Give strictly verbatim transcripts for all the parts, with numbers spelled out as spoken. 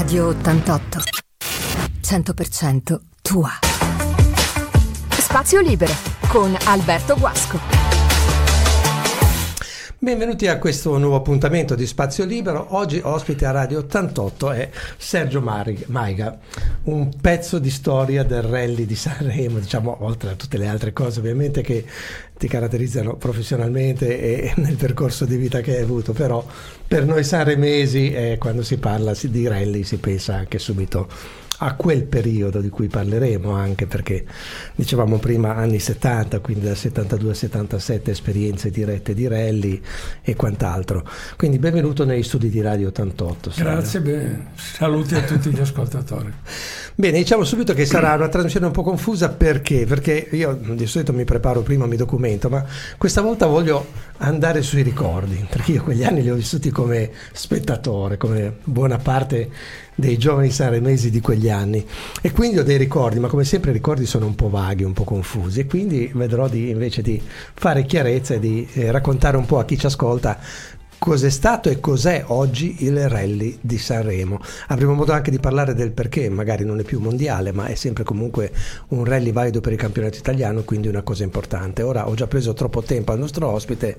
Radio ottantotto, cento per cento tua. Spazio libero con Alberto Guasco. Benvenuti a questo nuovo appuntamento di Spazio Libero. Oggi ospite a Radio ottantotto è Sergio Maiga, un pezzo di storia del rally di Sanremo, diciamo, oltre a tutte le altre cose ovviamente che ti caratterizzano professionalmente e nel percorso di vita che hai avuto, però per noi sanremesi eh, quando si parla di rally si pensa anche subito a quel periodo di cui parleremo, anche perché dicevamo prima anni settanta, quindi dal settantadue al settantasette esperienze dirette di rally e quant'altro. Quindi benvenuto negli studi di Radio ottantotto. Grazie, bene. Saluti a tutti gli ascoltatori. Bene, diciamo subito che sarà una trasmissione un po' confusa perché? Perché io di solito mi preparo prima, mi documento, ma questa volta voglio andare sui ricordi, perché io quegli anni li ho vissuti come spettatore, come buona parte dei giovani sanremesi di quegli anni, e quindi ho dei ricordi, ma come sempre i ricordi sono un po' vaghi, un po' confusi, e quindi vedrò di invece di fare chiarezza e di eh, raccontare un po' a chi ci ascolta cos'è stato e cos'è oggi il rally di Sanremo. Avremo modo anche di parlare del perché, magari non è più mondiale, ma è sempre comunque un rally valido per il campionato italiano, quindi una cosa importante. Ora ho già preso troppo tempo al nostro ospite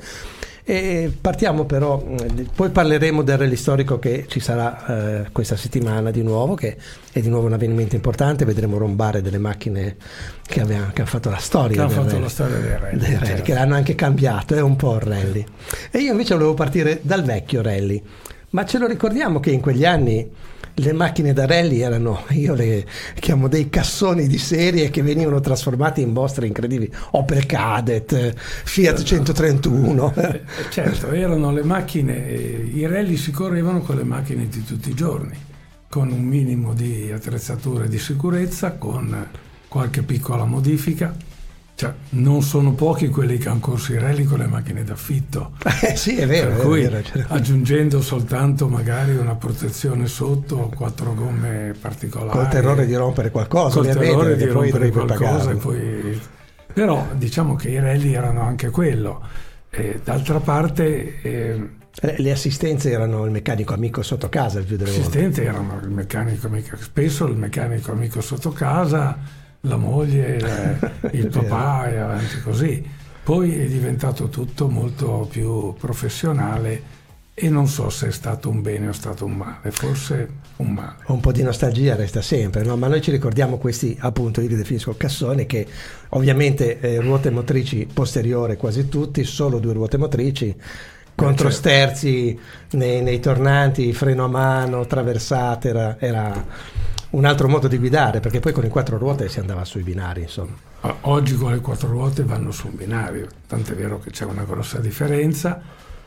e partiamo però, poi parleremo del rally storico che ci sarà eh, questa settimana di nuovo, che è di nuovo un avvenimento importante. Vedremo rombare delle macchine che, aveva, che hanno fatto la storia, che, hanno fatto rally, la storia dei rally, dei rally certo. Che hanno anche cambiato, è un po' il rally. E io invece volevo partire dal vecchio rally, ma ce lo ricordiamo che in quegli anni le macchine da rally erano, io le chiamo dei cassoni di serie che venivano trasformati in mostre incredibili, Opel Kadett, Fiat centotrentuno. Eh, certo, erano le macchine, i rally si correvano con le macchine di tutti i giorni, con un minimo di attrezzature di sicurezza, con qualche piccola modifica. Cioè, non sono pochi quelli che hanno corso i rally con le macchine d'affitto. Eh sì, è vero. Per è cui, vero, certo. Aggiungendo soltanto magari una protezione sotto, quattro gomme particolari. Col terrore di rompere qualcosa, col ovviamente, terrore di poi rompere dovrebbe qualcosa. pagare. Poi... Però diciamo che i rally erano anche quello. E, d'altra parte... Eh, le assistenze erano il meccanico amico sotto casa il più delle volte. Le assistenze erano il meccanico amico, spesso il meccanico amico sotto casa, la moglie, il papà e avanti così. Poi è diventato tutto molto più professionale e non so se è stato un bene o stato un male, forse un male. Un po' di nostalgia resta sempre, no? Ma noi ci ricordiamo questi, appunto, io li definisco cassoni, che ovviamente eh, ruote motrici posteriore quasi tutti, solo due ruote motrici, controsterzi nei, nei tornanti, freno a mano, traversate, era... era un altro modo di guidare, perché poi con le quattro ruote si andava sui binari, insomma. Oggi con le quattro ruote vanno su un binario, tant'è vero che c'è una grossa differenza,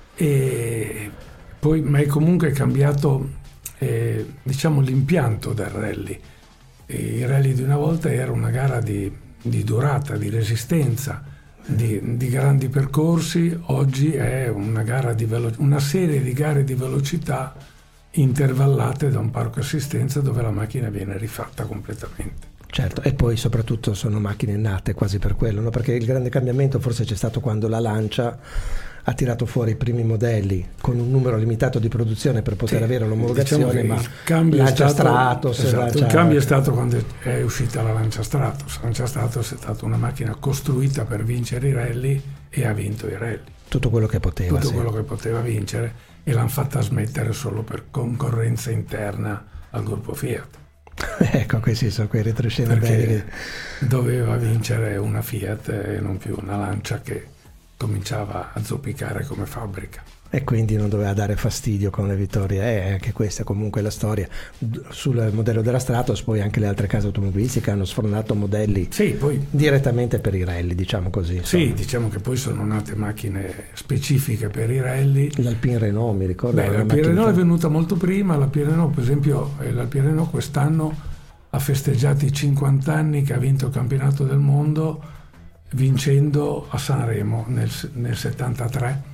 e poi, ma è comunque cambiato eh, diciamo l'impianto del rally. E il rally di una volta era una gara di, di durata, di resistenza, di, di grandi percorsi. Oggi è una gara di velo- una serie di gare di velocità intervallate da un parco assistenza dove la macchina viene rifatta completamente. Certo, e poi soprattutto sono macchine nate quasi per quello, no? Perché il grande cambiamento forse c'è stato quando la Lancia ha tirato fuori i primi modelli con un numero limitato di produzione per poter sì, avere l'omologazione, diciamo, ma il cambio Lancia è stato, Stratos, esatto, Lancia... il cambio è stato quando è uscita la Lancia Stratos. La Lancia Stratos è stata una macchina costruita per vincere i rally e ha vinto i rally. Tutto quello che poteva. Tutto sì. quello che poteva vincere, e l'hanno fatta smettere solo per concorrenza interna al gruppo Fiat. Ecco, questi sono quei retroscena belli che... doveva vincere una Fiat e non più una Lancia che cominciava a zoppicare come fabbrica. E quindi non doveva dare fastidio con le vittorie. Eh, anche questa comunque è la storia. Sul modello della Stratos poi anche le altre case automobilistiche hanno sfornato modelli sì, poi, direttamente per i rally, diciamo così. Sì, insomma. diciamo che poi sono nate macchine specifiche per i rally. L'Alpine Renault, mi ricordo. Beh, l'Alpine Renault è venuta molto prima. L'Alpine Renault, per esempio, l'Alpine Renault quest'anno ha festeggiato i cinquanta anni che ha vinto il campionato del mondo, vincendo a Sanremo nel, nel settantatré.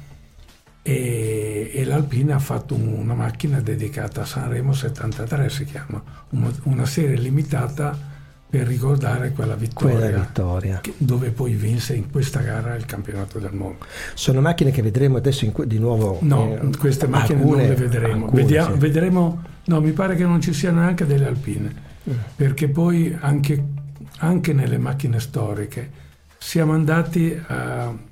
E, e l'Alpine ha fatto un, una macchina dedicata a Sanremo settantatré, si chiama una, una serie limitata per ricordare quella vittoria, quella vittoria. Che, dove poi vinse in questa gara il campionato del mondo. Sono macchine che vedremo adesso in, di nuovo? No, eh, queste macchine alcune, non le vedremo. alcune, Vediamo, sì. vedremo, no, mi pare che non ci siano neanche delle alpine, mm. perché poi anche, anche nelle macchine storiche siamo andati a, a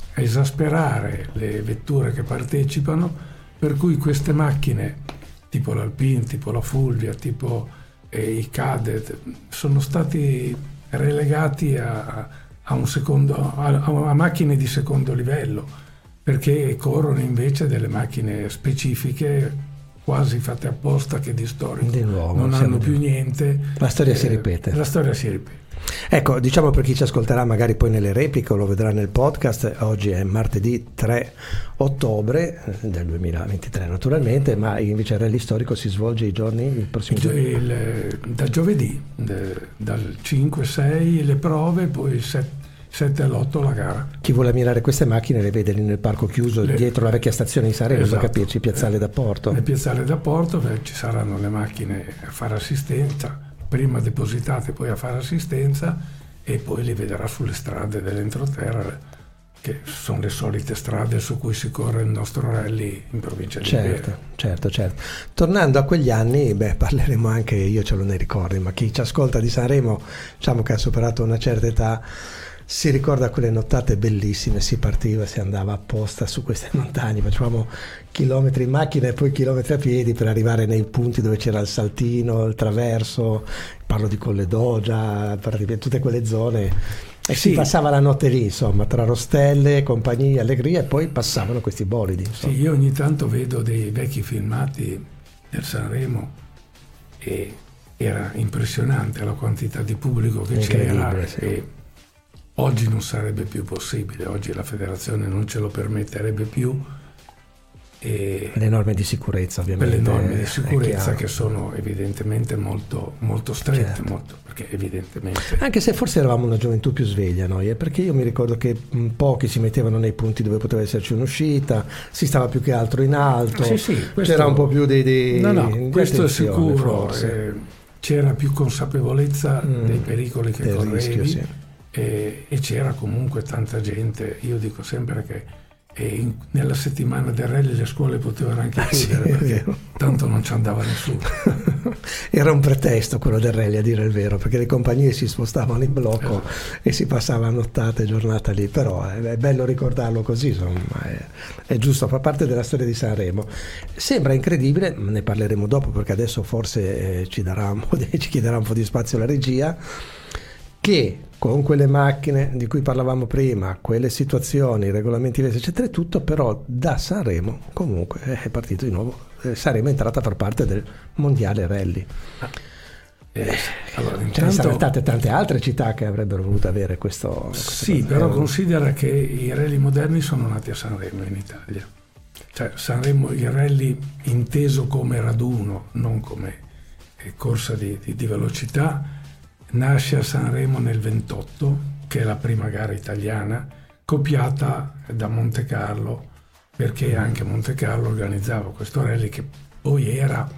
esasperare le vetture che partecipano, per cui queste macchine tipo l'Alpine, tipo la Fulvia, tipo eh, i Cadet sono stati relegati a, a un secondo a, a macchine di secondo livello, perché corrono invece delle macchine specifiche quasi fatte apposta, che di storico di nuovo, non hanno più niente. La storia eh, si ripete. La storia si ripete. Ecco, diciamo per chi ci ascolterà magari poi nelle repliche o lo vedrà nel podcast, oggi è martedì tre ottobre del duemilaventitré naturalmente, ma invece il rally storico si svolge i giorni, il prossimo giorno? Il, da giovedì, de, dal cinque sei le prove, poi il sette all'otto la gara. Chi vuole ammirare queste macchine le vede lì nel parco chiuso, le, dietro la vecchia stazione di Sanremo, esatto, per capirci, Piazzale eh, da Porto. Nel Piazzale da Porto ci saranno le macchine a fare assistenza, prima depositate, poi a fare assistenza, e poi li vedrà sulle strade dell'entroterra, che sono le solite strade su cui si corre il nostro rally in provincia di certo, Biella. Certo, certo. Tornando a quegli anni, beh, parleremo anche, io ce l'ho nei ricordi, ma chi ci ascolta di Sanremo, diciamo che ha superato una certa età, si ricorda quelle nottate bellissime, si partiva, si andava apposta su queste montagne, facevamo chilometri in macchina e poi chilometri a piedi per arrivare nei punti dove c'era il saltino, il traverso, parlo di Colle Dogia, tutte quelle zone, e sì, si passava la notte lì, insomma, tra Rostelle, compagnia, allegria, e poi passavano questi bolidi. Insomma. Sì, io ogni tanto vedo dei vecchi filmati del Sanremo e era impressionante la quantità di pubblico che c'era, sì. E oggi non sarebbe più possibile, oggi la federazione non ce lo permetterebbe più. E le norme di sicurezza, ovviamente. Le norme di sicurezza che sono evidentemente molto, molto strette, certo. molto, perché evidentemente... Anche se forse eravamo una gioventù più sveglia noi, eh, perché io mi ricordo che mh, pochi si mettevano nei punti dove poteva esserci un'uscita, si stava più che altro in alto, sì, sì, questo... c'era un po' più di... di no, no, di questo è sicuro, forse. Eh, c'era più consapevolezza mm, dei pericoli che correvi. Rischio, sì. E, e c'era comunque tanta gente. Io dico sempre che in, nella settimana del rally le scuole potevano anche chiudere, sì, perché tanto non ci andava nessuno. Era un pretesto quello del rally, a dire il vero, perché le compagnie si spostavano in blocco, esatto, e si passava nottata e giornata lì, però è, è bello ricordarlo così, insomma, è, è giusto, fa parte della storia di Sanremo. Sembra incredibile, ne parleremo dopo perché adesso forse eh, ci, darà un po' di, ci chiederà un po' di spazio la regia, che con quelle macchine di cui parlavamo prima, quelle situazioni, regolamenti eccetera e tutto, però da Sanremo comunque è partito di nuovo, eh, Sanremo è entrata a far parte del mondiale rally. Eh, allora, Ce intanto, ne sarebbero state tante altre città che avrebbero voluto avere questo. Sì, però un... considera che i rally moderni sono nati a Sanremo in Italia. Cioè Sanremo, il rally inteso come raduno, non come corsa di, di, di velocità, nasce a Sanremo nel ventotto, che è la prima gara italiana, copiata da Monte Carlo, perché anche Monte Carlo organizzava questo rally che poi era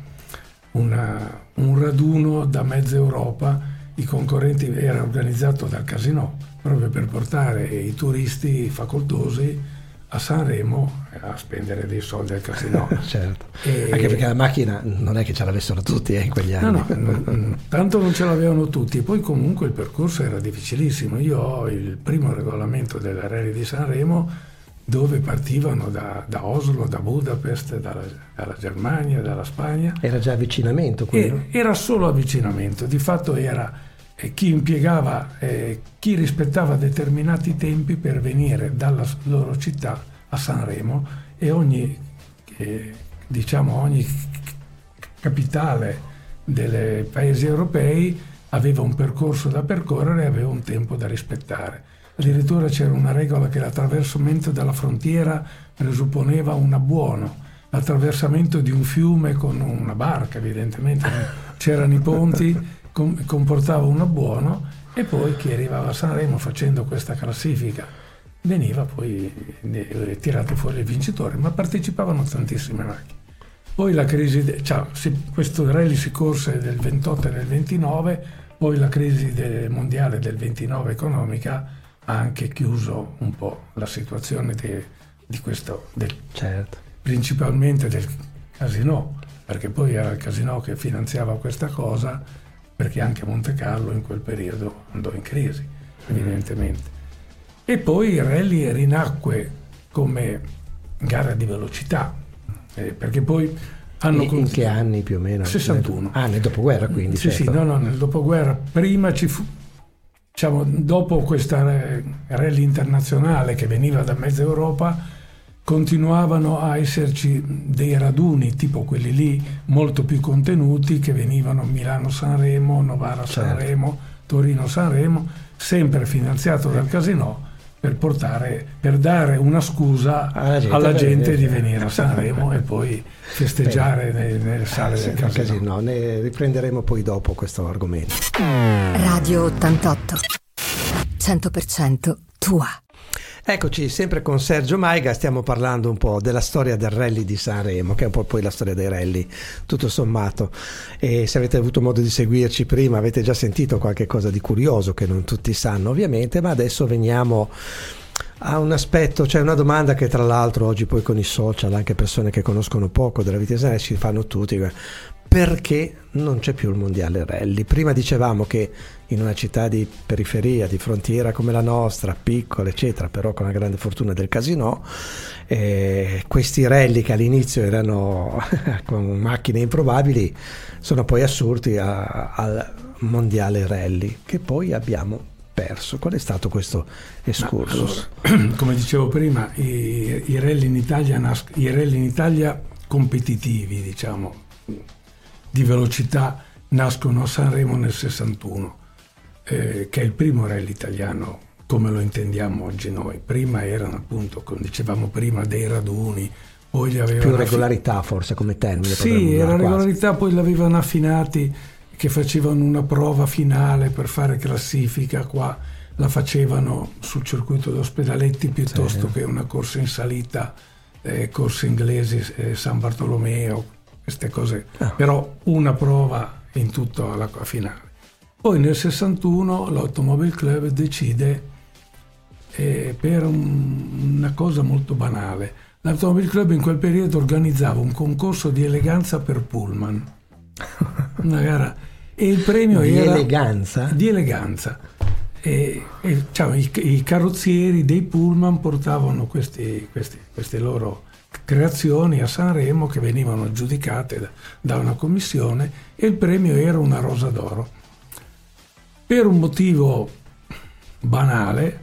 una, un raduno da mezza Europa. I concorrenti era organizzato dal Casino proprio per portare i turisti facoltosi a Sanremo a spendere dei soldi al Casino. Certo. E... anche perché la macchina non è che ce l'avessero tutti eh, in quegli anni. No, no, tanto non ce l'avevano tutti, e poi comunque il percorso era difficilissimo. Io ho il primo regolamento del rally di Sanremo, dove partivano da, da Oslo, da Budapest, dalla, dalla Germania, dalla Spagna. Era già avvicinamento quello? E, era solo avvicinamento, di fatto era eh, chi impiegava, eh, chi rispettava determinati tempi per venire dalla loro città a Sanremo, e ogni, eh, diciamo, ogni capitale dei paesi europei aveva un percorso da percorrere e aveva un tempo da rispettare. Addirittura c'era una regola che l'attraversamento della frontiera presupponeva un abbuono, l'attraversamento di un fiume con una barca, evidentemente c'erano i ponti, com- comportava un abbuono, e poi chi arrivava a Sanremo facendo questa classifica veniva poi eh, tirato fuori il vincitore, ma partecipavano tantissime macchine. Poi la crisi, de- cioè, si, questo rally si corse del ventotto e del ventinove, Poi la crisi de- mondiale del ventinove economica ha anche chiuso un po' la situazione de- di questo, del, Certo. principalmente del casino, perché poi era il casino che finanziava questa cosa, perché anche Monte Carlo in quel periodo andò in crisi, evidentemente. E poi il rally rinacque come gara di velocità, eh, perché poi hanno... In, in che anni più o meno? sessantuno. Ah, nel dopoguerra quindi, Sì, certo. sì, no, no, nel dopoguerra. Prima ci fu, diciamo, dopo questa eh, rally internazionale che veniva da mezza Europa, continuavano a esserci dei raduni, tipo quelli lì, molto più contenuti, che venivano Milano-Sanremo, Novara-Sanremo, certo. Torino-Sanremo, sempre finanziato dal casino, per portare, per dare una scusa alla gente, alla gente di venire a Sanremo e poi festeggiare nelle, nelle sale sì, del casino. casino. Ne riprenderemo poi dopo questo argomento. Radio ottantotto, cento per cento tua. Eccoci sempre con Sergio Maiga, stiamo parlando un po' della storia del rally di Sanremo, che è un po' poi la storia dei rally tutto sommato, e se avete avuto modo di seguirci prima avete già sentito qualche cosa di curioso che non tutti sanno ovviamente, ma adesso veniamo a un aspetto, cioè una domanda che tra l'altro oggi poi con i social anche persone che conoscono poco della vita di Sanremo ci fanno tutti: perché non c'è più il mondiale rally? Prima dicevamo che in una città di periferia, di frontiera come la nostra, piccola eccetera, però con la grande fortuna del casino, eh, questi rally che all'inizio erano con macchine improbabili sono poi assurti a, al mondiale rally che poi abbiamo perso. Qual è stato questo excursus? Allora, come dicevo prima, i, i rally in Italia nas- i rally in Italia competitivi, diciamo, di velocità, nascono a Sanremo nel sessantuno, eh, che è il primo rally italiano come lo intendiamo oggi noi. Prima erano appunto, come dicevamo prima, dei raduni, poi li avevano... Più regolarità affi- forse come termine. Sì, era regolarità, poi l'avevano affinati, che facevano una prova finale per fare classifica, qua la facevano sul circuito d'Ospedaletti piuttosto sì. che una corsa in salita, eh, corse inglesi, eh, San Bartolomeo, queste cose, ah. però una prova in tutta la finale. Poi nel sessantuno l'Automobile Club decide, eh, per un, una cosa molto banale, l'Automobile Club in quel periodo organizzava un concorso di eleganza per pullman, una gara, e il premio di era eleganza? Di eleganza. E, e diciamo, i, i carrozzieri dei pullman portavano questi, questi, queste loro creazioni a Sanremo che venivano giudicate da, da una commissione, e il premio era una rosa d'oro. Per un motivo banale,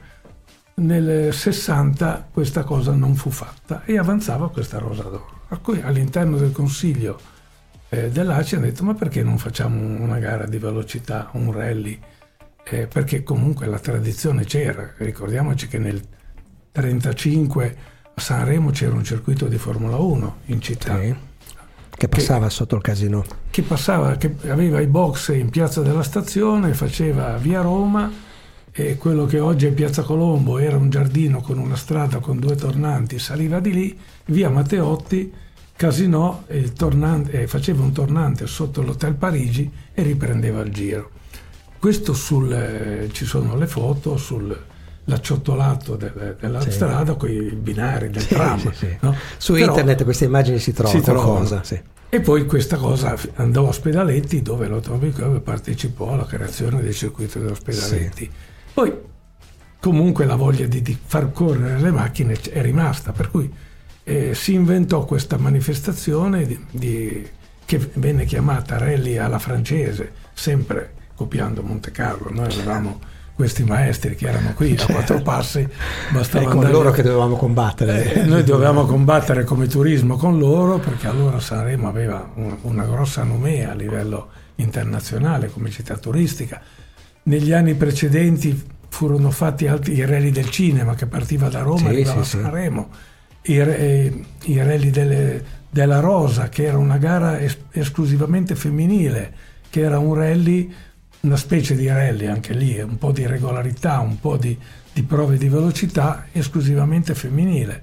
nel sessanta questa cosa non fu fatta e avanzava questa rosa d'oro. A cui all'interno del consiglio eh, dell'A C I hanno detto: ma perché non facciamo una gara di velocità, un rally? Eh, perché comunque la tradizione c'era. Ricordiamoci che nel trentacinque a Sanremo c'era un circuito di Formula uno in città. Sì, che passava che, sotto il casino. Che passava, che aveva i box in Piazza della Stazione, faceva via Roma, e quello che oggi è Piazza Colombo era un giardino con una strada con due tornanti, saliva di lì, via Matteotti, Casino, e, il tornante, e faceva un tornante sotto l'Hotel Parigi e riprendeva il giro. Questo sul, eh, ci sono le foto sul l'acciottolato de, della sì. strada con i binari del sì, tram. Sì, sì. No? Su Però, internet queste immagini si trovano. Si trovano. Cosa, sì. E poi questa cosa andò a Ospedaletti, dove l'Automobile Club partecipò alla creazione del circuito di Ospedaletti. Sì. Poi comunque la voglia di, di far correre le macchine è rimasta, per cui eh, si inventò questa manifestazione di, di, che venne chiamata Rally alla francese, sempre copiando Monte Carlo. Noi avevamo questi maestri che erano qui a quattro passi, bastava e con andare... loro che dovevamo combattere. Eh, noi dovevamo combattere come turismo con loro, perché allora Sanremo aveva una, una grossa nomea a livello internazionale come città turistica. Negli anni precedenti furono fatti altri, i rally del cinema che partiva da Roma e sì, arrivava sì, a Sanremo, sì. I, eh, i rally delle, della Rosa, che era una gara es- esclusivamente femminile, che era un rally, una specie di rally anche lì, un po' di regolarità, un po' di, di prove di velocità esclusivamente femminile.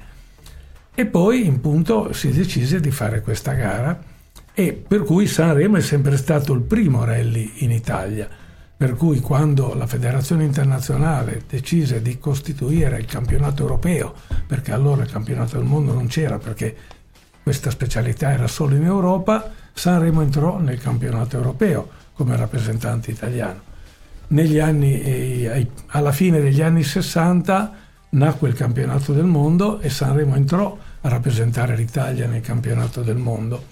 E poi in punto si decise di fare questa gara, e per cui Sanremo è sempre stato il primo rally in Italia. Per cui quando la Federazione Internazionale decise di costituire il campionato europeo, perché allora il campionato del mondo non c'era, perché questa specialità era solo in Europa, Sanremo entrò nel campionato europeo come rappresentante italiano. Negli anni, eh, alla fine degli anni sessanta nacque il campionato del mondo e Sanremo entrò a rappresentare l'Italia nel campionato del mondo.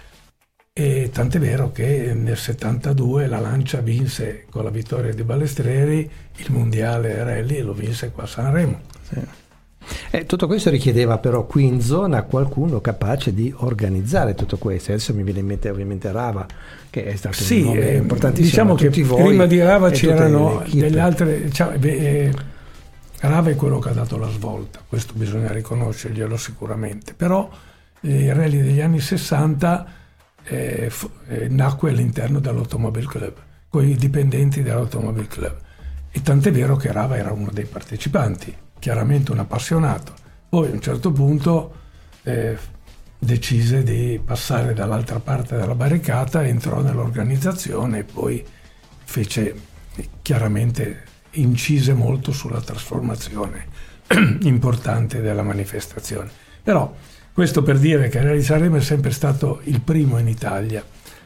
E tant'è vero che nel settantadue la Lancia vinse con la vittoria di Balestrieri il mondiale rally e lo vinse qua a Sanremo. Sì. Eh, tutto questo richiedeva però qui in zona qualcuno capace di organizzare tutto questo. Adesso mi viene in mente ovviamente Rava, che è stato sì, un nome eh, importantissimo. Diciamo che voi prima di Rava c'erano le delle altre. Cioè, beh, eh, Rava è quello che ha dato la svolta, questo bisogna riconoscerglielo sicuramente. Però eh, il rally degli anni sessanta eh, f- eh, nacque all'interno dell'Automobile Club, con i dipendenti dell'Automobile Club. E tant'è vero che Rava era uno dei partecipanti, chiaramente un appassionato. Poi a un certo punto eh, decise di passare dall'altra parte della barricata, entrò nell'organizzazione e poi fece, chiaramente incise molto sulla trasformazione importante della manifestazione. Però questo per dire che Rally Sanremo è sempre stato il primo in Italia.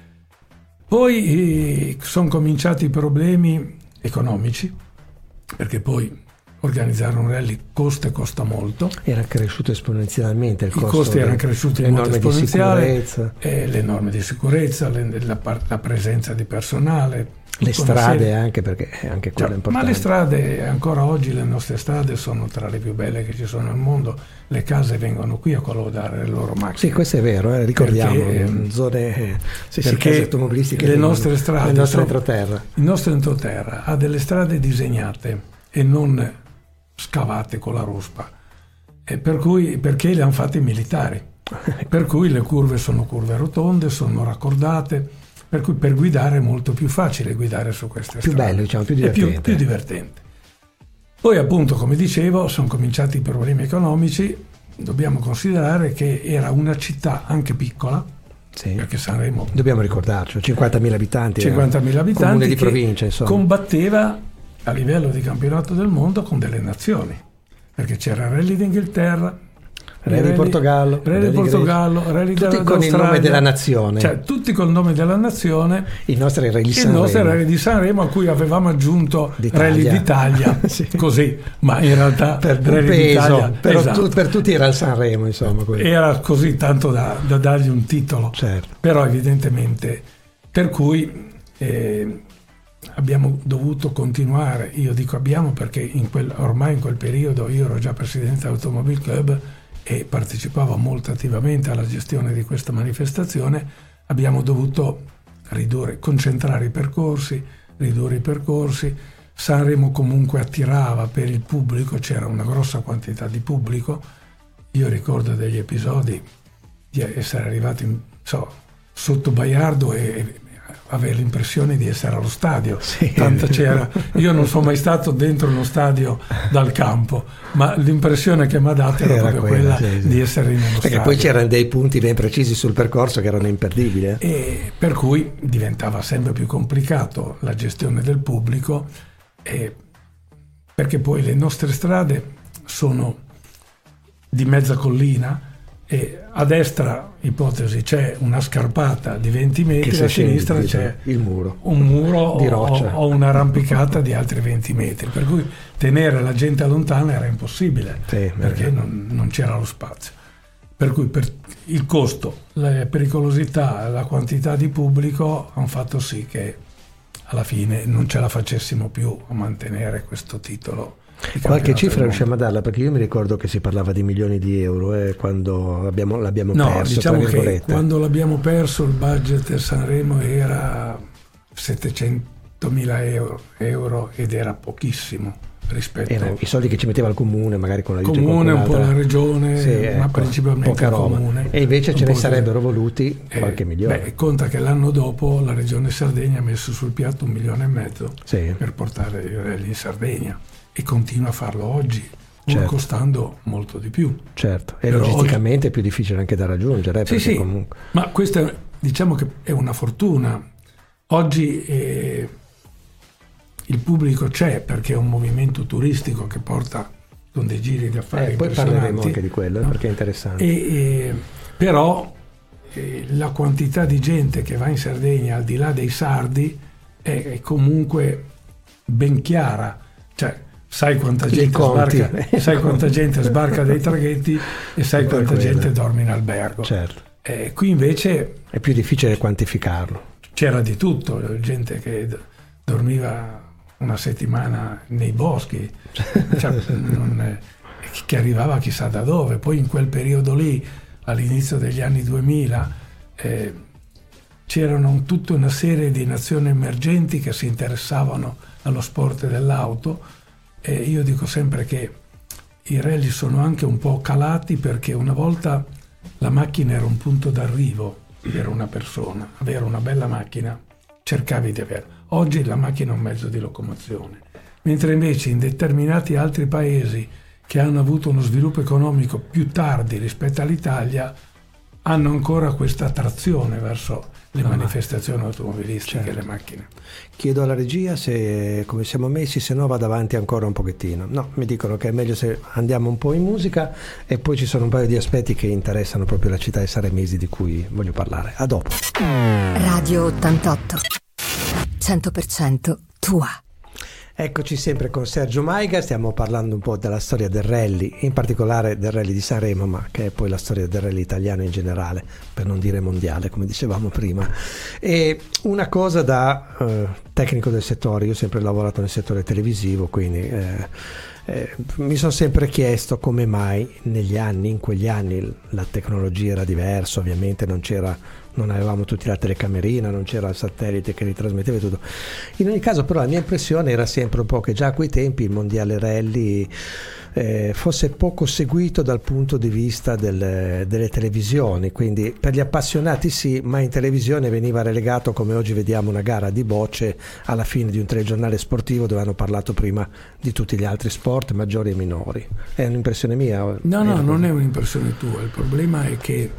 Poi eh, sono cominciati i problemi economici, perché poi organizzare un rally costa e costa molto. Era cresciuto esponenzialmente il I costo, costi erano cresciuti in modo esponenziale, eh, le norme di sicurezza, le, la, la presenza di personale, le strade anche, perché anche quello cioè, è importante. Ma le strade, ancora oggi le nostre strade sono tra le più belle che ci sono al mondo. Le case vengono qui a collaudare le loro macchine. Sì, questo è vero, eh, ricordiamo, perché, zone eh, sì, perché case automobilistiche, le nostre strade, il nostro sono, entroterra. Il nostro entroterra ha delle strade disegnate e non scavate con la ruspa, e per cui, perché le hanno fatte i militari, per cui le curve sono curve rotonde, sono raccordate, per cui per guidare è molto più facile guidare su queste più strade. Bello, diciamo, più divertente. È più, più divertente. Poi appunto, come dicevo, sono cominciati i problemi economici. Dobbiamo considerare che era una città anche piccola, sì, perché Sanremo, dobbiamo ricordarci, cinquantamila abitanti, cinquantamila abitanti, comune di provincia, insomma, combatteva a livello di campionato del mondo con delle nazioni, perché c'era il Rally d'Inghilterra, Rally di Portogallo, Rally di Portogallo, Rally tutti della, con il nome della nazione, cioè tutti col nome della nazione. Il nostro Rally di Sanremo, il nostro Rally di Sanremo, a cui avevamo aggiunto d'Italia. Rally d'Italia, sì, così, ma in realtà per Rally peso, d'Italia, per, esatto, tu, per tutti era il Sanremo, insomma, quello. Era così tanto da, da dargli un titolo, certo. Però evidentemente, per cui eh, abbiamo dovuto continuare. Io dico abbiamo perché in quel, ormai in quel periodo io ero già presidente dell'Automobile Club e partecipavo molto attivamente alla gestione di questa manifestazione. Abbiamo dovuto ridurre, concentrare i percorsi, ridurre i percorsi. Sanremo comunque attirava per il pubblico, c'era una grossa quantità di pubblico. Io ricordo degli episodi di essere arrivati in, so, sotto Baiardo e avere l'impressione di essere allo stadio, sì. Tanto c'era. Io non sono mai stato dentro uno stadio dal campo, ma l'impressione che mi ha dato era, era proprio quella, quella sì, sì. di essere in uno perché stadio. Poi c'erano dei punti ben precisi sul percorso che erano imperdibili. Eh? E per cui diventava sempre più complicato la gestione del pubblico, e perché poi le nostre strade sono di mezza collina, e a destra, ipotesi, c'è una scarpata di venti metri, a sinistra scendi, c'è il muro, un muro di o, roccia. o un'arrampicata di altri venti metri, per cui tenere la gente lontana era impossibile, sì, perché non, non c'era lo spazio. Per cui per il costo, la pericolosità, la quantità di pubblico hanno fatto sì che alla fine non ce la facessimo più a mantenere questo titolo. Qualche cifra riusciamo a darla, perché io mi ricordo che si parlava di milioni di euro eh, quando abbiamo, l'abbiamo no, perso. Diciamo che quando l'abbiamo perso il budget Sanremo era settecentomila euro, euro ed era pochissimo rispetto erano i soldi che ci metteva il comune, magari con l'aiuto comune, di un po' la regione, sì, ma ecco, principalmente poca il roba. comune. E invece ce ne sarebbero voluti eh, qualche milione. Beh, conta che l'anno dopo la regione Sardegna ha messo sul piatto un milione e mezzo sì. per portare il rally in Sardegna, e continua a farlo oggi, pur certo. costando molto di più. Certo, e però logisticamente oggi... è più difficile anche da raggiungere. Eh, sì, sì, comunque... ma questa diciamo che è una fortuna. Oggi eh, il pubblico c'è perché è un movimento turistico che porta con dei giri d'affari eh, poi impressionanti. Parleremo anche di quello, no? Perché è interessante. E, e, però eh, la quantità di gente che va in Sardegna al di là dei sardi è, è comunque ben chiara, cioè sai quanta gente sbarca, sai quanta gente sbarca dai traghetti e sai quanta quella. gente dorme in albergo. Certo. Eh, qui invece è più difficile quantificarlo. C'era di tutto, gente che d- dormiva una settimana nei boschi, cioè, non, che arrivava chissà da dove. Poi in quel periodo lì, all'inizio degli anni duemila, eh, c'erano tutta una serie di nazioni emergenti che si interessavano allo sport dell'auto, e io dico sempre che i rally sono anche un po' calati, perché una volta la macchina era un punto d'arrivo per una persona, avere una bella macchina cercavi di avere. Oggi la macchina è un mezzo di locomozione, mentre invece in determinati altri paesi che hanno avuto uno sviluppo economico più tardi rispetto all'Italia hanno ancora questa attrazione verso le no, manifestazioni automobilistiche, certo. le macchine. Chiedo alla regia se come siamo messi, se no vado avanti ancora un pochettino. No, mi dicono che è meglio se andiamo un po' in musica, e poi ci sono un paio di aspetti che interessano proprio la città di Saremesi di cui voglio parlare. A dopo. Radio ottantotto, cento per cento tua. Eccoci sempre con Sergio Maiga, stiamo parlando un po' della storia del rally, in particolare del rally di Sanremo, ma che è poi la storia del rally italiano in generale, per non dire mondiale, come dicevamo prima. E una cosa da eh, tecnico del settore, io ho sempre lavorato nel settore televisivo, quindi eh, eh, mi sono sempre chiesto come mai negli anni, in quegli anni la tecnologia era diversa, ovviamente non c'era... non avevamo tutti la telecamerina, non c'era il satellite che ritrasmetteva tutto. In ogni caso però la mia impressione era sempre un po' che già a quei tempi il mondiale rally eh, fosse poco seguito dal punto di vista del, delle televisioni, quindi per gli appassionati sì, ma in televisione veniva relegato, come oggi vediamo, una gara di bocce alla fine di un telegiornale sportivo dove hanno parlato prima di tutti gli altri sport, maggiori e minori. È un'impressione mia? No, no, non è un'impressione tua, il problema è che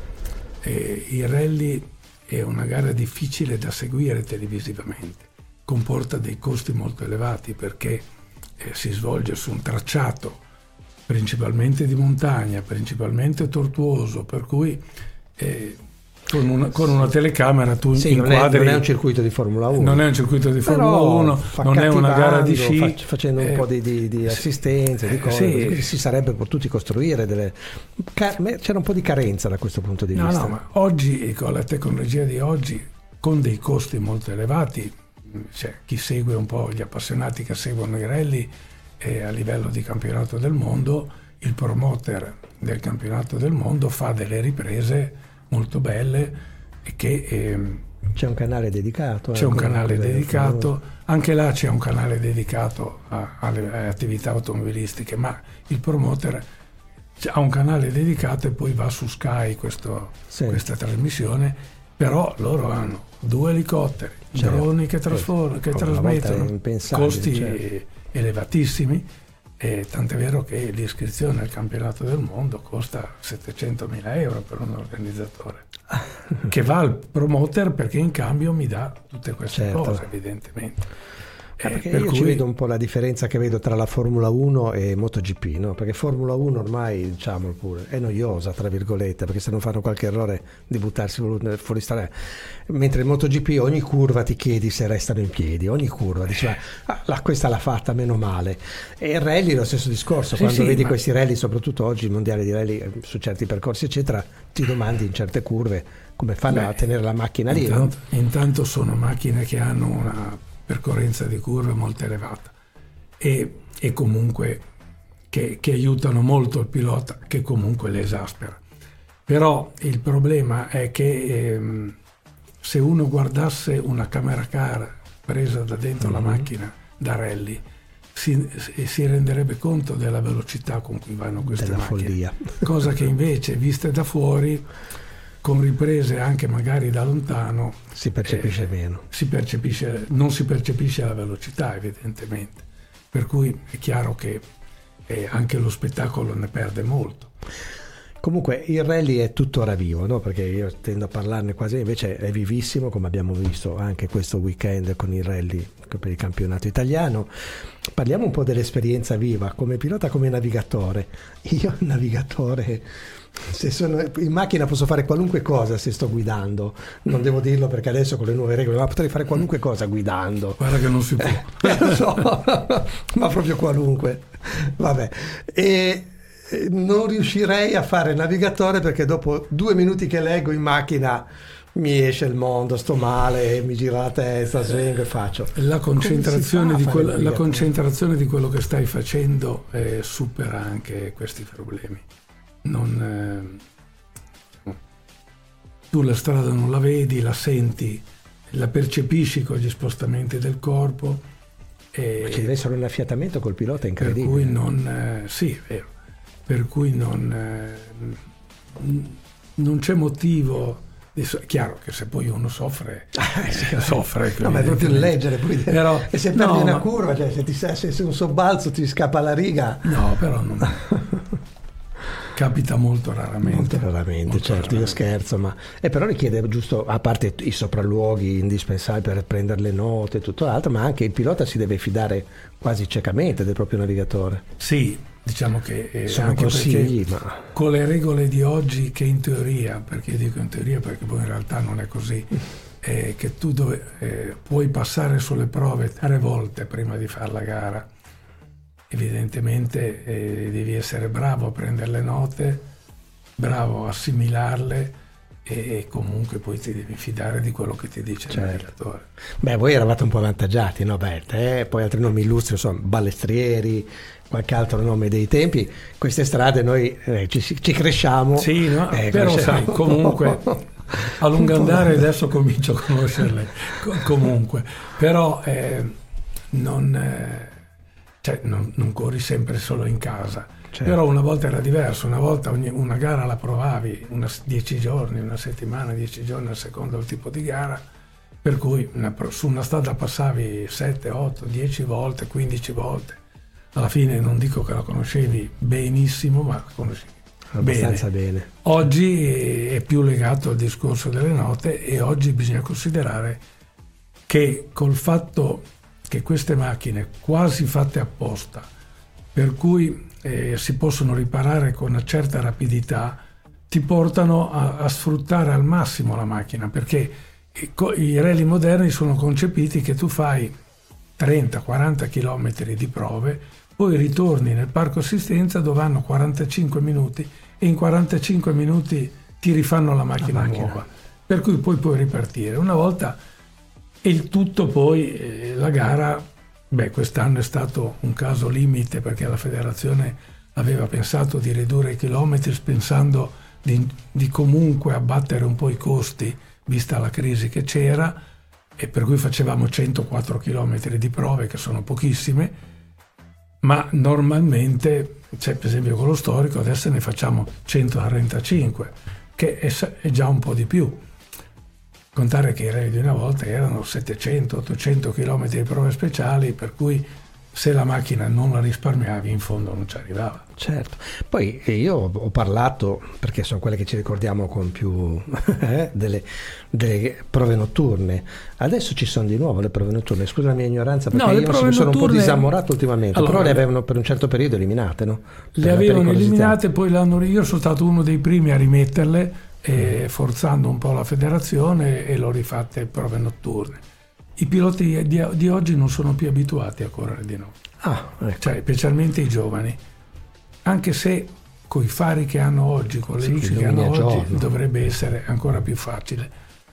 Eh, il rally è una gara difficile da seguire televisivamente, comporta dei costi molto elevati perché eh, si svolge su un tracciato principalmente di montagna, principalmente tortuoso, per cui eh, con, una, con una telecamera tu sì, inquadri. Non è, non è un circuito di Formula uno. Non è un circuito di Formula uno, non è una gara di sci. Fac- facendo un eh, po' di, di, di assistenza, di cose, sì. Si sarebbe potuti costruire delle... C'era un po' di carenza da questo punto di no, vista. No, ma oggi, con la tecnologia di oggi, con dei costi molto elevati, cioè, chi segue un po', gli appassionati che seguono i rally eh, a livello di campionato del mondo, il promoter del campionato del mondo fa delle riprese molto belle e che ehm, c'è un canale dedicato c'è un canale dedicato anche là c'è un canale dedicato a, alle, alle attività automobilistiche, ma il promoter ha un canale dedicato e poi va su Sky questo, sì. questa trasmissione, però loro hanno due elicotteri, certo. droni che, trasform- che trasmettono, costi certo. elevatissimi. E tant'è vero che l'iscrizione al campionato del mondo costa settecentomila euro per un organizzatore che va al promoter perché in cambio mi dà tutte queste certo. cose, evidentemente. Eh, perché per io cui... ci vedo un po' la differenza che vedo tra la Formula uno e MotoGP, no? Perché Formula uno ormai, diciamolo pure, è noiosa, tra virgolette, perché se non fanno qualche errore di buttarsi fuori strada, mentre il MotoGP ogni curva ti chiedi se restano in piedi, ogni curva dici ah, la, questa l'ha fatta, meno male. E il rally è lo stesso discorso, sì, quando sì, vedi ma... questi rally, soprattutto oggi, il mondiale di rally su certi percorsi eccetera, ti domandi in certe curve come fanno Beh, a tenere la macchina lì, intanto, no? Intanto sono macchine che hanno una percorrenza di curve molto elevata e, e comunque che, che aiutano molto il pilota, che comunque le esaspera. Però il problema è che ehm, se uno guardasse una camera car presa da dentro mm-hmm. la macchina da rally si, si renderebbe conto della velocità con cui vanno queste della macchine, follia. Cosa che invece viste da fuori, con riprese anche magari da lontano, si percepisce eh, meno. Si percepisce, non si percepisce la velocità evidentemente, per cui è chiaro che eh, anche lo spettacolo ne perde molto. Comunque il rally è tuttora vivo, no? Perché io tendo a parlarne quasi, invece è vivissimo, come abbiamo visto anche questo weekend con il rally per il campionato italiano. Parliamo un po' dell'esperienza viva come pilota, come navigatore. Io navigatore, se sono in macchina posso fare qualunque cosa se sto guidando, non devo dirlo perché adesso con le nuove regole, ma potrei fare qualunque cosa guidando. Guarda che non si può. Eh, lo so, ma proprio qualunque. Vabbè. E non riuscirei a fare navigatore perché dopo due minuti che leggo in macchina mi esce il mondo, sto male, mi gira la testa, svengo e faccio. La concentrazione, di quello, la concentrazione di quello che stai facendo eh, supera anche questi problemi. Non, eh, tu la strada non la vedi, la senti, la percepisci con gli spostamenti del corpo. E Ma ci deve essere un affiatamento col pilota incredibile. Per cui non, eh, sì, è vero. Per cui non, eh, non c'è motivo. Adesso è chiaro che se poi uno soffre, eh, soffre. No, ma è proprio leggere. Poi però, e se perdi no, una ma, curva, cioè se, ti, se un sobbalzo ti scappa la riga. No, però non. Capita molto raramente. Molto raramente, molto certo, raramente. Io scherzo, ma e però richiede giusto, a parte i sopralluoghi indispensabili per prendere le note e tutto l'altro, ma anche il pilota si deve fidare quasi ciecamente del proprio navigatore. Sì, diciamo che eh, sono anche consigli, ma con le regole di oggi, che in teoria, perché io dico in teoria perché poi in realtà non è così, eh, che tu dove, eh, puoi passare sulle prove tre volte prima di fare la gara. Evidentemente eh, devi essere bravo a prendere le note, bravo a assimilarle e, e comunque poi ti devi fidare di quello che ti dice, certo, il navigatore. Beh, voi eravate un po' avvantaggiati, no? Beh, te, poi altri nomi illustri, insomma, Ballestrieri, qualche altro nome dei tempi. Queste strade noi eh, ci, ci cresciamo. Sì, no? eh, Però cresciamo. sai, comunque a lungo andare adesso comincio a conoscerle comunque, però eh, non... Eh, Cioè, non, non corri sempre solo in casa, certo. Però una volta era diverso, una volta ogni, una gara la provavi una, dieci giorni, una settimana, dieci giorni a seconda del tipo di gara, per cui una, su una strada passavi sette, otto, dieci volte, quindici volte, alla fine non dico che la conoscevi benissimo, ma la conoscevi abbastanza bene. bene. Oggi è più legato al discorso delle note e oggi bisogna considerare che col fatto che queste macchine quasi fatte apposta, per cui eh, si possono riparare con una certa rapidità, ti portano a, a sfruttare al massimo la macchina, perché i, i rally moderni sono concepiti che tu fai trenta quaranta chilometri di prove, poi ritorni nel parco assistenza dove hanno quarantacinque minuti e in quarantacinque minuti ti rifanno la macchina, la macchina. nuova, per cui poi puoi ripartire. Una volta E il tutto poi, eh, la gara, beh, quest'anno è stato un caso limite perché la federazione aveva pensato di ridurre i chilometri pensando di, di comunque abbattere un po' i costi vista la crisi che c'era, e per cui facevamo centoquattro chilometri di prove, che sono pochissime, ma normalmente, cioè, per esempio con lo storico adesso ne facciamo centotrentacinque, che è, è già un po' di più. Contare che i rally di una volta erano settecento ottocento chilometri di prove speciali, per cui se la macchina non la risparmiavi in fondo non ci arrivava. Certo, poi io ho parlato, perché sono quelle che ci ricordiamo con più eh, delle, delle prove notturne. Adesso ci sono di nuovo le prove notturne, scusa la mia ignoranza perché no, io mi sono notturne... un po' disamorato ultimamente, allora, però le avevano per un certo periodo eliminate, no? Per le avevano eliminate, poi l'hanno, io sono stato uno dei primi a rimetterle, e forzando un po' la federazione, e l'ho rifatte prove notturne. I piloti di, di oggi non sono più abituati a correre di notte, ah, ecco. Cioè specialmente i giovani, anche se con i fari che hanno oggi, con le sì, luci che hanno oggi, giorno. dovrebbe essere ancora più facile,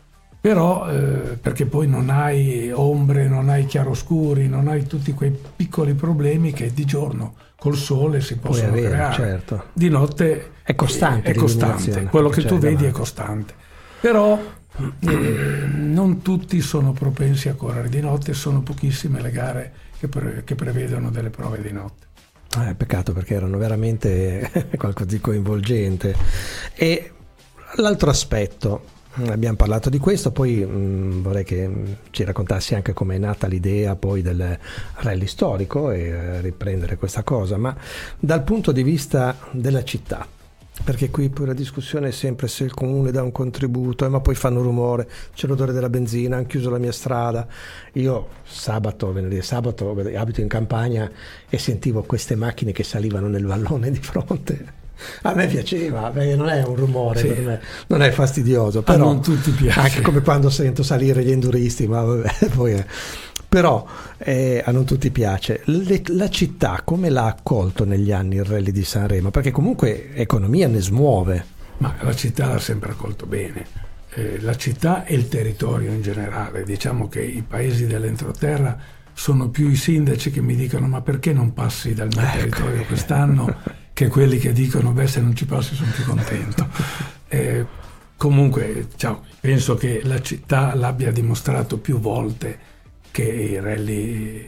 però eh, perché poi non hai ombre, non hai chiaroscuri, non hai tutti quei piccoli problemi che di giorno col sole si possono avere, creare, certo. Di notte è costante, è costante, quello che tu vedi davanti. È costante, però eh, non tutti sono propensi a correre di notte, sono pochissime le gare che, pre- che prevedono delle prove di notte. Eh, peccato, perché erano veramente qualcosa di coinvolgente. E l'altro aspetto, abbiamo parlato di questo, poi mh, vorrei che ci raccontassi anche come è nata l'idea poi del rally storico e eh, riprendere questa cosa, ma dal punto di vista della città, Perché qui poi la discussione è sempre se il comune dà un contributo, eh, ma poi fanno rumore, c'è l'odore della benzina, hanno chiuso la mia strada. Io sabato, venerdì e sabato, abito in campagna e sentivo queste macchine che salivano nel vallone di fronte. A me piaceva, perché non è un rumore, sì. Per me non è fastidioso, però a non tutti piace. Anche come quando sento salire gli enduristi, ma vabbè, poi è. Però eh, a non tutti piace. Le, la città come l'ha accolto negli anni il Rally di Sanremo? Perché comunque economia ne smuove. Ma la città l'ha sempre accolto bene. Eh, la città e il territorio in generale. Diciamo che i paesi dell'entroterra sono più i sindaci che mi dicono ma perché non passi dal mio ecco. territorio quest'anno, che quelli che dicono beh se non ci passi sono più contento. Eh, comunque ciao, penso che la città l'abbia dimostrato più volte che il rally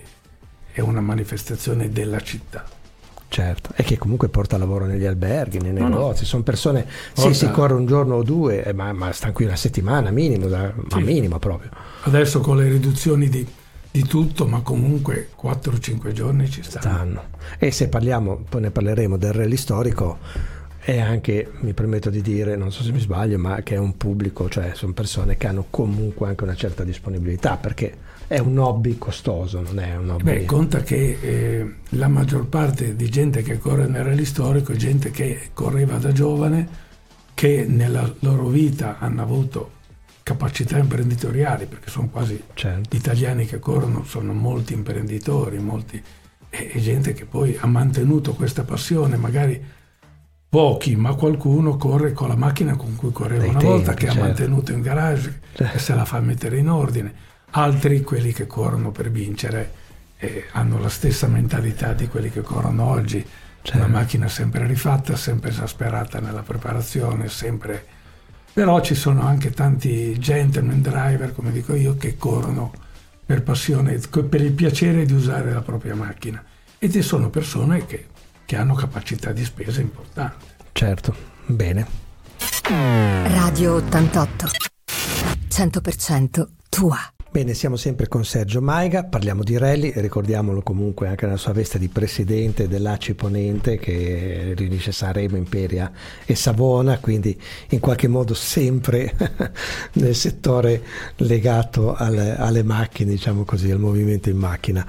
è una manifestazione della città. Certo, e che comunque porta lavoro negli alberghi, nei no, negozi, no. sono persone, porta... sì, si corre un giorno o due, eh, ma, ma stanno qui una settimana minimo, da, sì. ma minimo proprio. Adesso con le riduzioni di, di tutto, ma comunque quattro o cinque giorni ci stanno. stanno. E se parliamo, poi ne parleremo del rally storico, è anche, mi permetto di dire, non so se mi sbaglio, ma che è un pubblico, cioè sono persone che hanno comunque anche una certa disponibilità, perché è un hobby costoso, non è un hobby... Beh, conta che eh, la maggior parte di gente che corre nel rally storico è gente che correva da giovane, che nella loro vita hanno avuto capacità imprenditoriali, perché sono quasi certo. gli italiani che corrono, sono molti imprenditori, molti, e, e gente che poi ha mantenuto questa passione, magari pochi, ma qualcuno corre con la macchina con cui correva Dei una tempi, volta, che certo. ha mantenuto in garage certo. e se la fa mettere in ordine. Altri, quelli che corrono per vincere, eh, hanno la stessa mentalità di quelli che corrono oggi, certo. una macchina sempre rifatta, sempre esasperata nella preparazione, sempre... Però ci sono anche tanti gentleman driver, come dico io, che corrono per passione, per il piacere di usare la propria macchina. E ci sono persone che, che hanno capacità di spesa importanti. Certo, bene. Radio ottantotto, cento per cento tua. Bene, siamo sempre con Sergio Maiga, parliamo di rally, ricordiamolo comunque anche nella sua veste di presidente dell'A C I Ponente che riunisce Sanremo, Imperia e Savona, quindi in qualche modo sempre nel settore legato alle, alle macchine, diciamo così, al movimento in macchina.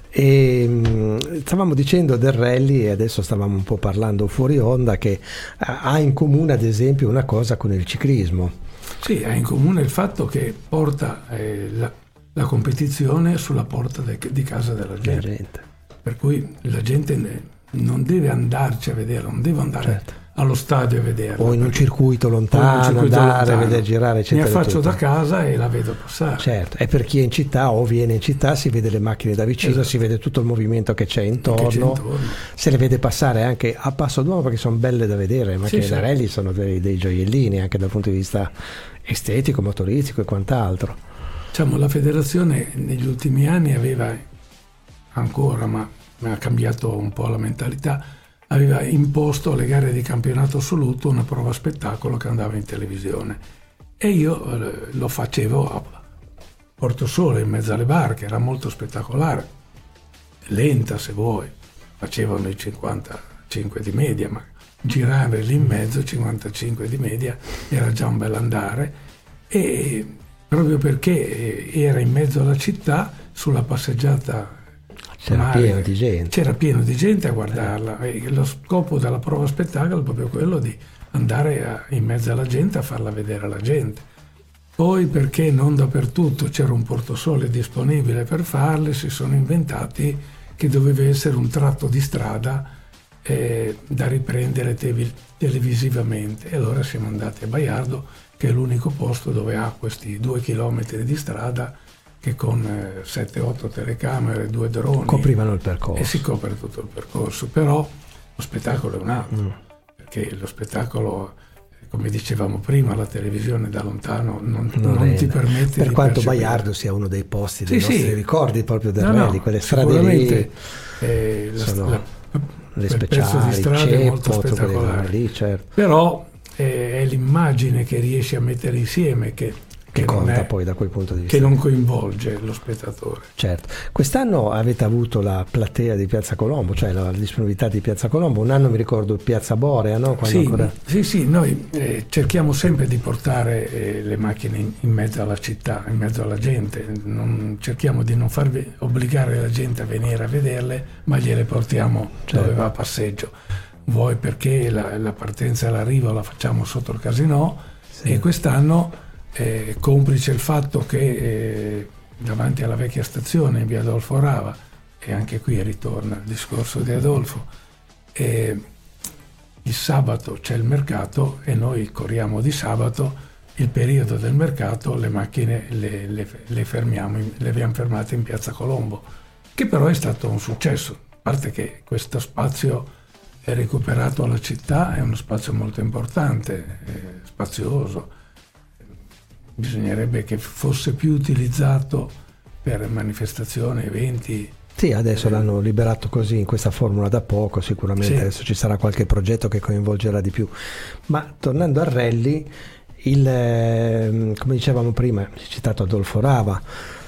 E mh, stavamo dicendo del rally e adesso stavamo un po' parlando fuori onda che ha in comune ad esempio una cosa con il ciclismo. Sì, ha in comune il fatto che porta eh, la, la competizione sulla porta de, di casa della gente. gente. Per cui la gente ne, non deve andarci a vedere, non deve andare certo. allo stadio a vederla. O in un circuito lontano, un circuito andare lontano. a vedere girare, eccetera. Mi affaccio da casa e la vedo passare. Certo, e per chi è in città o viene in città si vede le macchine da vicino, esatto. si vede tutto il movimento che c'è intorno, che c'è intorno. Se le vede passare anche a passo d'uomo perché sono belle da vedere, ma sì, che sì. da rally sono dei, dei gioiellini anche dal punto di vista estetico, motoristico e quant'altro. Diciamo, la federazione negli ultimi anni aveva ancora, ma, ma ha cambiato un po' la mentalità, aveva imposto alle gare di campionato assoluto una prova spettacolo che andava in televisione e io eh, lo facevo a Portosole in mezzo alle barche, era molto spettacolare, lenta se vuoi, facevano i cinquantacinque di media, ma girare lì in mezzo, cinquantacinque di media, era già un bel andare e proprio perché era in mezzo alla città, sulla passeggiata c'era mare, pieno di gente c'era pieno di gente a guardarla e lo scopo della prova spettacolo è proprio quello di andare a, in mezzo alla gente a farla vedere alla gente. Poi perché non dappertutto c'era un portosole disponibile per farle, si sono inventati che doveva essere un tratto di strada Eh, da riprendere te- televisivamente e allora siamo andati a Baiardo, che è l'unico posto dove ha questi due chilometri di strada che con eh, sette otto telecamere, due droni coprivano il percorso e si copre tutto il percorso, però lo spettacolo è un altro mm. perché lo spettacolo, come dicevamo prima, la televisione da lontano non, non, non ti permette per di quanto percepire. Baiardo sia uno dei posti dei sì, nostri sì. ricordi proprio del no, rally, no, quelle strade lì eh, la, sono la, le quel speciali, pezzo di strada è molto spettacolare lì, certo. Però eh, è l'immagine che riesci a mettere insieme che che, che conta è, poi da quel punto di vista. Che non coinvolge lo spettatore. Certo. Quest'anno avete avuto la platea di Piazza Colombo, cioè la disponibilità di Piazza Colombo, un anno mi ricordo Piazza Borea, no? Quando sì, ancora... sì, sì, noi eh, cerchiamo sempre di portare eh, le macchine in, in mezzo alla città, in mezzo alla gente, non, cerchiamo di non farvi obbligare la gente a venire a vederle, ma gliele portiamo certo. dove va a passeggio. Vuoi perché la, la partenza e l'arrivo la facciamo sotto il Casinò, sì. E quest'anno, eh, complice il fatto che eh, davanti alla vecchia stazione in via Adolfo Rava, e anche qui ritorna il discorso di Adolfo, eh, il sabato c'è il mercato e noi corriamo di sabato, il periodo del mercato le macchine le, le, le fermiamo, le abbiamo fermate in Piazza Colombo, che però è stato un successo, a parte che questo spazio è recuperato alla città, è uno spazio molto importante, spazioso, bisognerebbe che fosse più utilizzato per manifestazioni, eventi. Sì, adesso eh, l'hanno liberato così in questa formula da poco, sicuramente sì. Adesso ci sarà qualche progetto che coinvolgerà di più. Ma tornando al rally, il, come dicevamo prima, citato Adolfo Rava,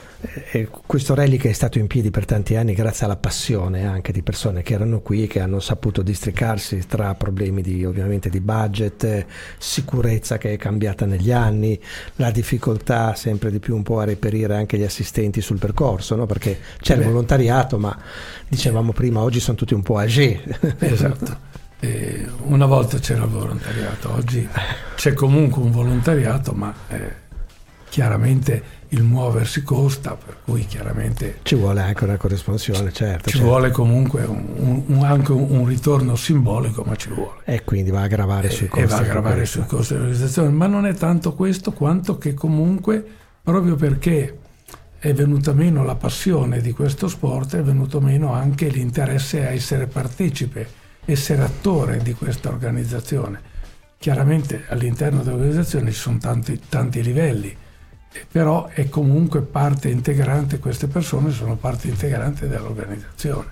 eh, questo rally che è stato in piedi per tanti anni grazie alla passione anche di persone che erano qui e che hanno saputo districarsi tra problemi di ovviamente di budget, eh, sicurezza che è cambiata negli anni, la difficoltà sempre di più un po' a reperire anche gli assistenti sul percorso, no? Perché c'è Beh. il volontariato, ma dicevamo prima oggi sono tutti un po' âgé. Esatto. Eh, una volta c'era il volontariato, oggi c'è comunque un volontariato, ma eh, chiaramente il muoversi costa, per cui chiaramente ci vuole anche una corresponsione, certo. Ci certo. vuole comunque un, un, anche un, un ritorno simbolico, ma ci vuole. E quindi va a gravare e, sui costi. E va a gravare sui costi dell'organizzazione, ma non è tanto questo quanto che comunque, proprio perché è venuta meno la passione di questo sport, è venuto meno anche l'interesse a essere partecipe, essere attore di questa organizzazione. Chiaramente all'interno dell'organizzazione ci sono tanti, tanti livelli, però è comunque parte integrante, queste persone sono parte integrante dell'organizzazione.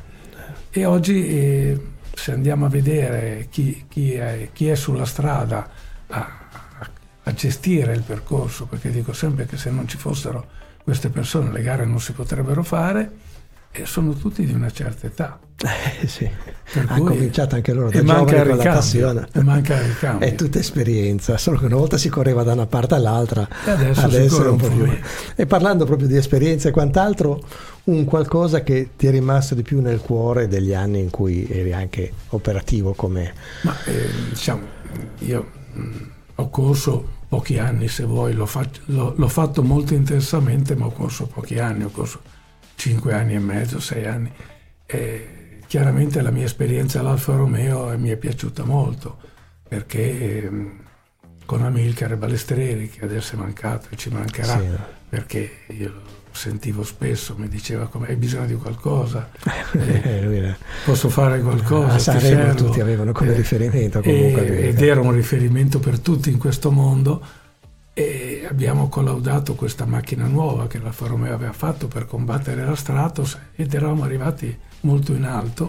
E oggi eh, se andiamo a vedere chi, chi, è, chi è sulla strada a, a, a gestire il percorso, perché dico sempre che se non ci fossero queste persone le gare non si potrebbero fare, e sono tutti di una certa età. Eh, sì. Hanno cominciato anche loro da giovani con la passione. E manca il ricambio. È tutta esperienza, solo che una volta si correva da una parte all'altra, e adesso, adesso è un po' più. più. E parlando proprio di esperienza e quant'altro, un qualcosa che ti è rimasto di più nel cuore degli anni in cui eri anche operativo come... Ma eh, diciamo, io mh, ho corso pochi anni, se vuoi, l'ho, fac- l'ho, l'ho fatto molto intensamente, ma ho corso pochi anni, ho corso cinque anni e mezzo, sei anni. E chiaramente la mia esperienza all'Alfa Romeo mi è piaciuta molto, perché eh, con Amilcar e Balestreri, che adesso è mancato e ci mancherà, sì. Perché io lo sentivo spesso, mi diceva come hai bisogno di qualcosa, eh, posso fare qualcosa, a Sanremo tutti avevano come eh, riferimento comunque, e, ed era un riferimento per tutti in questo mondo. E abbiamo collaudato questa macchina nuova che l'Alfa Romeo aveva fatto per combattere la Stratos ed eravamo arrivati molto in alto.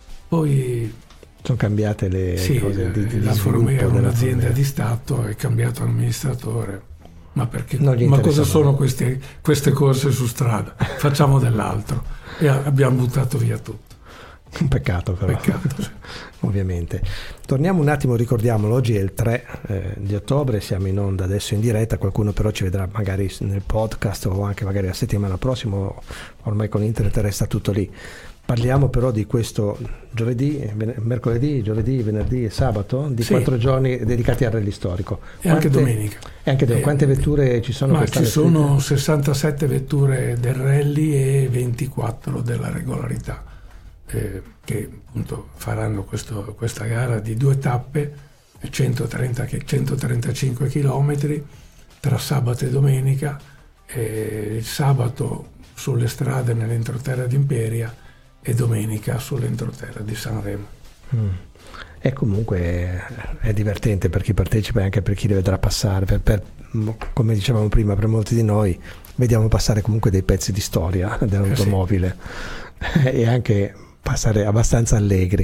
Poi sono cambiate le sì, cose di, di l'Alfa Romeo è un'azienda Romeo. di Stato, è cambiato l'amministratore, ma perché ma cosa sono queste, queste corse su strada? Facciamo dell'altro e abbiamo buttato via tutto. Un peccato però, peccato, sì. Ovviamente. Torniamo un attimo, ricordiamolo, oggi è il tre eh, di ottobre, siamo in onda adesso in diretta, qualcuno però ci vedrà magari nel podcast o anche magari la settimana prossima, ormai con internet resta tutto lì. Parliamo però di questo giovedì, mercoledì, giovedì, venerdì e sabato, di sì. quattro giorni dedicati al rally storico. E quante, anche domenica. E anche domenica. Quante vetture ci sono? Ma ci sono sessantasette vetture del rally e ventiquattro della regolarità. Eh, che appunto faranno questo, questa gara di due tappe, centotrenta, centotrentacinque chilometri tra sabato e domenica, eh, il sabato sulle strade nell'entroterra di Imperia e domenica sull'entroterra di Sanremo. Mm. E comunque è, è divertente per chi partecipa e anche per chi le vedrà passare, per, per, come dicevamo prima, per molti di noi vediamo passare comunque dei pezzi di storia dell'automobile, eh sì. E anche passare abbastanza allegri.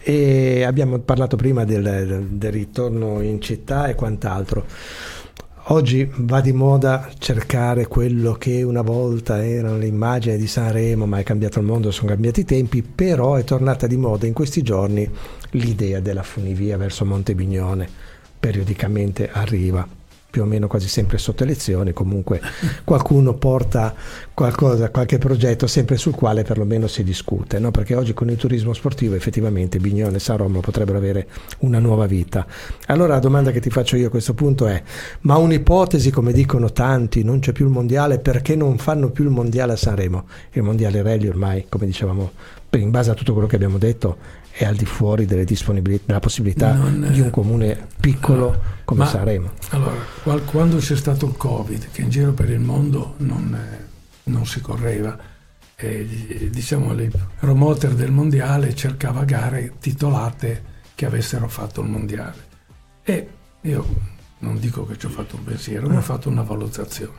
E abbiamo parlato prima del, del ritorno in città e quant'altro. oggi va di moda cercare quello che una volta erano le immagini di Sanremo, ma è cambiato il mondo, sono cambiati i tempi, però è tornata di moda in questi giorni l'idea della funivia verso Montebignone, periodicamente arriva, più o meno quasi sempre sotto elezioni, comunque qualcuno porta qualcosa, qualche progetto sempre sul quale perlomeno si discute, no? Perché oggi con il turismo sportivo effettivamente Bignone e San Romolo potrebbero avere una nuova vita. Allora la domanda che ti faccio io a questo punto è: ma un'ipotesi, come dicono tanti, non c'è più il mondiale, perché non fanno più il mondiale a Sanremo? Il mondiale rally ormai, come dicevamo, in base a tutto quello che abbiamo detto, è al di fuori delle disponibilità, della possibilità non, di un comune piccolo allora, come ma, Sanremo. Allora, quando c'è stato il Covid, che in giro per il mondo non, non si correva, eh, diciamo il promoter del mondiale cercava gare titolate che avessero fatto il mondiale. E io non dico che ci ho fatto un pensiero, ma ho fatto una valutazione.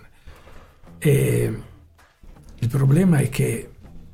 E il problema è che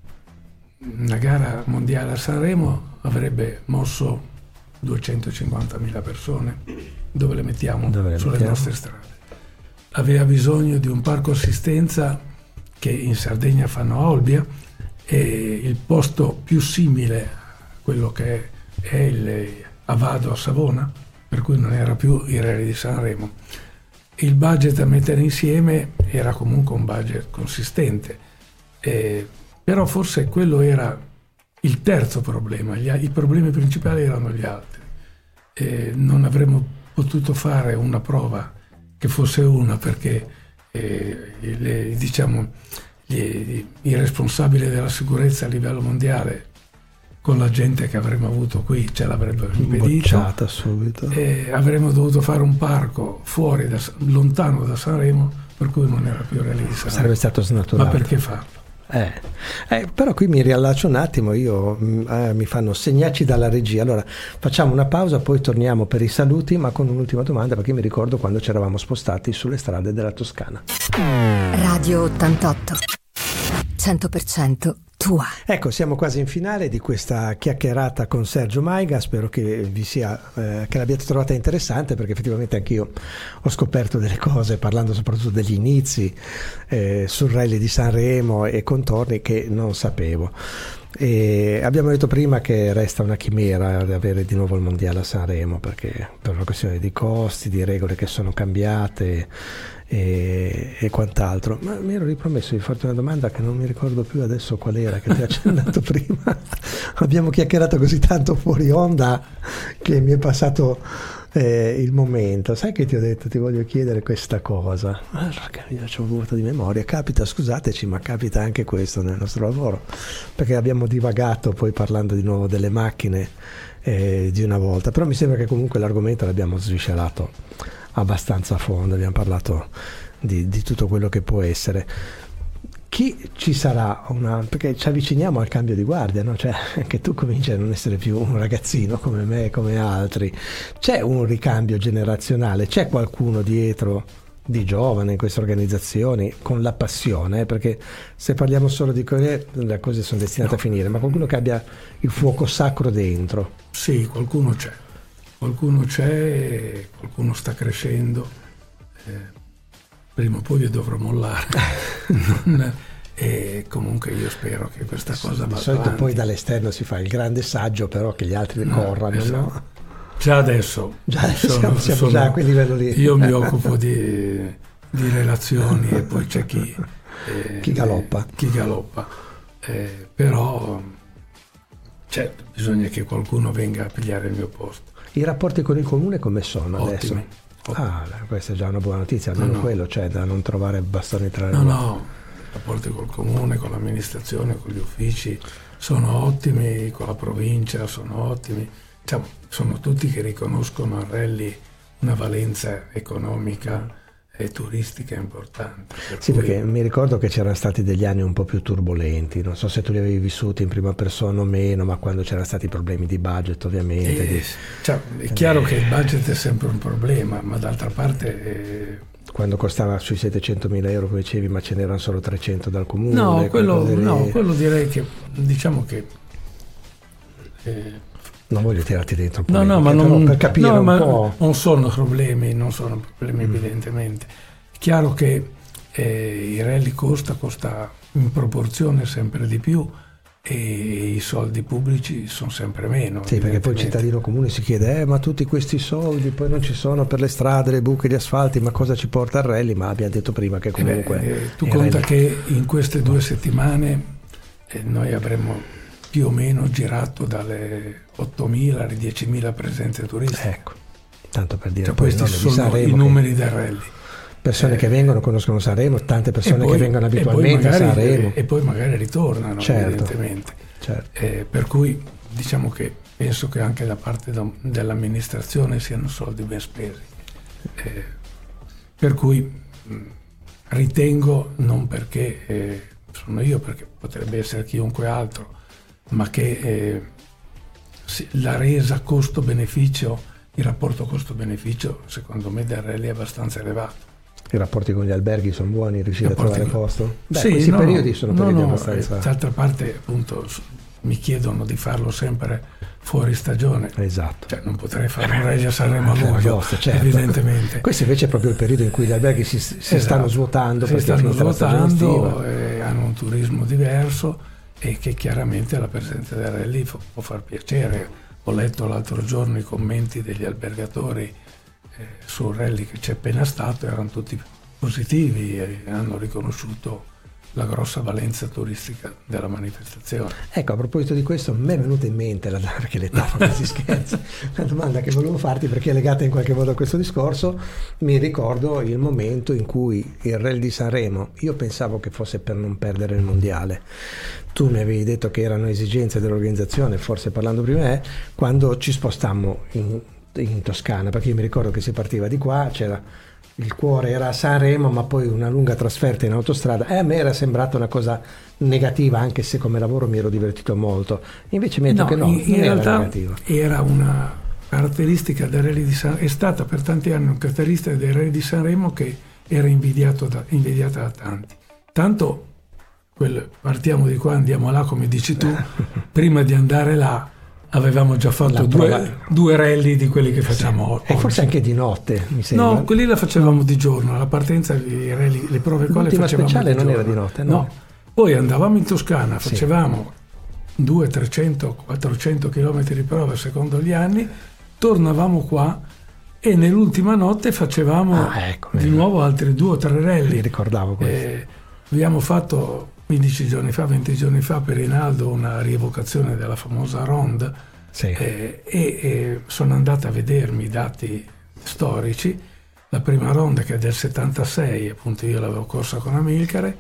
una gara mondiale a Sanremo avrebbe mosso duecentocinquantamila persone. Dove le mettiamo? Dove le sulle mettiamo? Nostre strade. Aveva bisogno di un parco assistenza che in Sardegna fanno a Olbia, e il posto più simile a quello che è il Avado a Savona, per cui non era più il Rally di Sanremo. Il budget da mettere insieme era comunque un budget consistente, eh, però forse quello era il terzo problema. Gli, i problemi principali erano gli altri. Eh, non avremmo potuto fare una prova che fosse una, perché eh, le, diciamo, gli, i responsabili della sicurezza a livello mondiale, con la gente che avremmo avuto qui, ce l'avrebbero impedito. Bocciata subito. E avremmo dovuto fare un parco fuori, da, lontano da Sanremo, per cui non era più realizzabile. Sarebbe stato snaturato. Ma perché farlo? Eh, eh, però qui mi riallaccio un attimo, io eh, mi fanno segnacci dalla regia. Allora facciamo una pausa, poi torniamo per i saluti, ma con un'ultima domanda, perché mi ricordo quando ci eravamo spostati sulle strade della Toscana. Radio ottantotto, cento per cento tua. Ecco, siamo quasi in finale di questa chiacchierata con Sergio Maiga. Spero che vi sia eh, che l'abbiate trovata interessante, perché effettivamente anch'io ho scoperto delle cose, parlando soprattutto degli inizi eh, sul rally di Sanremo e contorni, che non sapevo. E abbiamo detto prima che resta una chimera avere di nuovo il mondiale a Sanremo, perché per una questione di costi, di regole che sono cambiate e, e quant'altro. Ma mi ero ripromesso di farti una domanda che non mi ricordo più adesso qual era, che ti ho accennato prima. Abbiamo chiacchierato così tanto fuori onda che mi è passato eh, il momento. Sai che ti ho detto, ti voglio chiedere questa cosa. Allora, io ci ho avuto di memoria. Capita, scusateci, ma capita anche questo nel nostro lavoro, perché abbiamo divagato poi parlando di nuovo delle macchine eh, di una volta, però mi sembra che comunque l'argomento l'abbiamo sviscerato abbastanza a fondo, abbiamo parlato di, di tutto quello che può essere. Chi ci sarà una, perché ci avviciniamo al cambio di guardia, no? Cioè anche tu cominci a non essere più un ragazzino come me e come altri, c'è un ricambio generazionale, c'è qualcuno dietro di giovane in queste organizzazioni con la passione, eh? Perché se parliamo solo di cose, le cose sono destinate no. a finire, ma qualcuno che abbia il fuoco sacro dentro. Sì, qualcuno c'è. Qualcuno c'è, qualcuno sta crescendo, eh, prima o poi io dovrò mollare. non, e comunque io spero che questa cosa vada di solito avanti. Poi dall'esterno si fa il grande saggio, però che gli altri no, corrano, esatto. no? Già adesso, già sono, siamo, siamo sono, già a quel livello lì. Io mi occupo di, di relazioni e poi c'è chi, eh, chi galoppa. Eh, chi galoppa. Eh, però certo, bisogna che qualcuno venga a pigliare il mio posto. I rapporti con il comune come sono adesso? Ottimi. Ah, questa è già una buona notizia, almeno no, no. quello, cioè da non trovare bastoni tra le no, ruote. No, no, i rapporti col comune, con l'amministrazione, con gli uffici sono ottimi, con la provincia sono ottimi, diciamo, sono tutti che riconoscono al rally una valenza economica e turistica importante. Per sì, cui... perché mi ricordo che c'erano stati degli anni un po' più turbolenti, non so se tu li avevi vissuti in prima persona o meno, ma quando c'erano stati problemi di budget ovviamente. Eh, di... cioè, è chiaro eh... che il budget è sempre un problema, ma d'altra parte... Eh... Quando costava sui settecentomila euro, come dicevi, ma ce n'erano solo trecento dal comune. No, quello, no, quello direi che, diciamo che eh, Non voglio tirarti dentro un po', no, no, ma non, per capire no, un ma po'. Non sono problemi, non sono problemi mm. evidentemente. È chiaro che eh, il rally costa, costa in proporzione sempre di più e i soldi pubblici sono sempre meno. Sì, perché poi il cittadino comune si chiede, eh, ma tutti questi soldi poi non ci sono per le strade, le buche di asfalti, ma cosa ci porta al rally? Ma abbiamo detto prima che comunque... Eh beh, eh, tu conta rally... che in queste due settimane eh, noi avremmo più o meno girato dalle ottomila alle diecimila presenze turistiche. Ecco, tanto per dire, cioè, poi questi sono Sanremo, i numeri che... del rally. Persone eh, che vengono, conoscono Sanremo, tante persone poi, che vengono abitualmente magari, a Sanremo. E, e poi magari ritornano, certo, evidentemente. Certo. Eh, per cui diciamo che penso che anche da parte do, dell'amministrazione siano soldi ben spesi. Eh, per cui mh, ritengo, non perché eh, sono io, perché potrebbe essere chiunque altro, ma che eh, la resa costo-beneficio, il rapporto costo-beneficio secondo me del rally è abbastanza elevato. I rapporti con gli alberghi sono buoni, riuscire a trovare con... posto? Beh, sì, questi no, periodi sono no, periodi no, abbastanza... D'altra parte appunto mi chiedono di farlo sempre fuori stagione. Esatto. Cioè non potrei fare un rally a Sanremo a luglio, certo. Evidentemente. Questo invece è proprio il periodo in cui gli alberghi si, si esatto. stanno svuotando, si perché stanno svuotando e hanno un turismo diverso e che chiaramente la presenza del rally può far piacere. Ho letto l'altro giorno i commenti degli albergatori eh, sul rally che c'è appena stato, erano tutti positivi e hanno riconosciuto la grossa valenza turistica della manifestazione. Ecco, a proposito di questo, mi è venuta in mente, la, perché l'età non si scherza, una domanda che volevo farti perché è legata in qualche modo a questo discorso. Mi ricordo il momento in cui il Rally di Sanremo, io pensavo che fosse per non perdere il mondiale, tu mi avevi detto che erano esigenze dell'organizzazione, forse parlando prima me, quando ci spostammo in, in Toscana, perché io mi ricordo che si partiva di qua, c'era il cuore era a Sanremo, ma poi una lunga trasferta in autostrada, e a me era sembrata una cosa negativa, anche se come lavoro mi ero divertito molto. Invece mi ha detto no, che no, in, in non realtà era negativa. Era una caratteristica del Rally di Sanremo, è stata per tanti anni una caratteristica del Rally di Sanremo che era invidiato da, invidiata da tanti. Tanto quel, partiamo di qua, andiamo là, come dici tu, prima di andare là avevamo già fatto due, due rally di quelli che facciamo sì. oggi. E forse anche di notte, mi sembra. No, quelli la facevamo di giorno, la partenza, i rally, le prove qua le facevamo speciale di non giorno. Era di notte, no? no. Poi andavamo in Toscana, facevamo sì. duecento, trecento, quattrocento chilometri di prove secondo gli anni, tornavamo qua e nell'ultima notte facevamo ah, ecco, di nuovo altri due o tre rally. Mi ricordavo questo. Eh, abbiamo fatto quindici giorni fa, venti giorni fa per Rinaldo una rievocazione della famosa Ronde sì. eh, e, e sono andato a vedermi i dati storici. La prima Ronde, che è del settantasei, appunto io l'avevo corsa con Amilcare,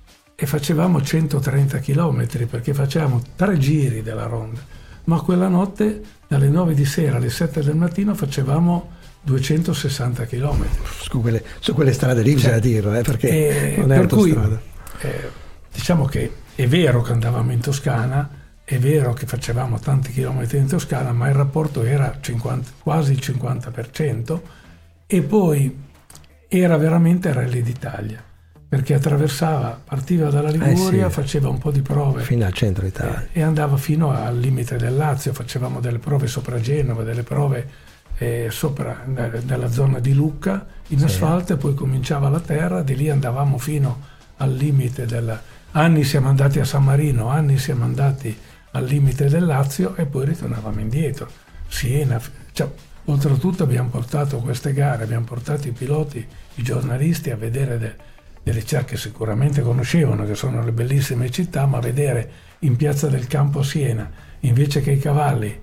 e facevamo centotrenta chilometri perché facevamo tre giri della Ronde, ma quella notte dalle nove di sera alle sette del mattino facevamo duecentosessanta chilometri su quelle, su quelle strade lì, bisogna cioè, dirlo, eh, perché eh, non è per autostrada. Cui, eh, diciamo che è vero che andavamo in Toscana, è vero che facevamo tanti chilometri in Toscana, ma il rapporto era cinquanta, quasi il cinquanta per cento, e poi era veramente Rally d'Italia, perché attraversava, partiva dalla Liguria, eh sì. faceva un po' di prove fino al centro Italia eh, e andava fino al limite del Lazio, facevamo delle prove sopra Genova, delle prove eh, sopra nella zona di Lucca in sì. asfalto, e poi cominciava la terra, di lì andavamo fino al limite del... Anni siamo andati a San Marino, anni siamo andati al limite del Lazio e poi ritornavamo indietro. Siena, cioè, oltretutto abbiamo portato queste gare, abbiamo portato i piloti, i giornalisti a vedere de, delle città che sicuramente conoscevano, che sono le bellissime città, ma vedere in Piazza del Campo a Siena, invece che i cavalli,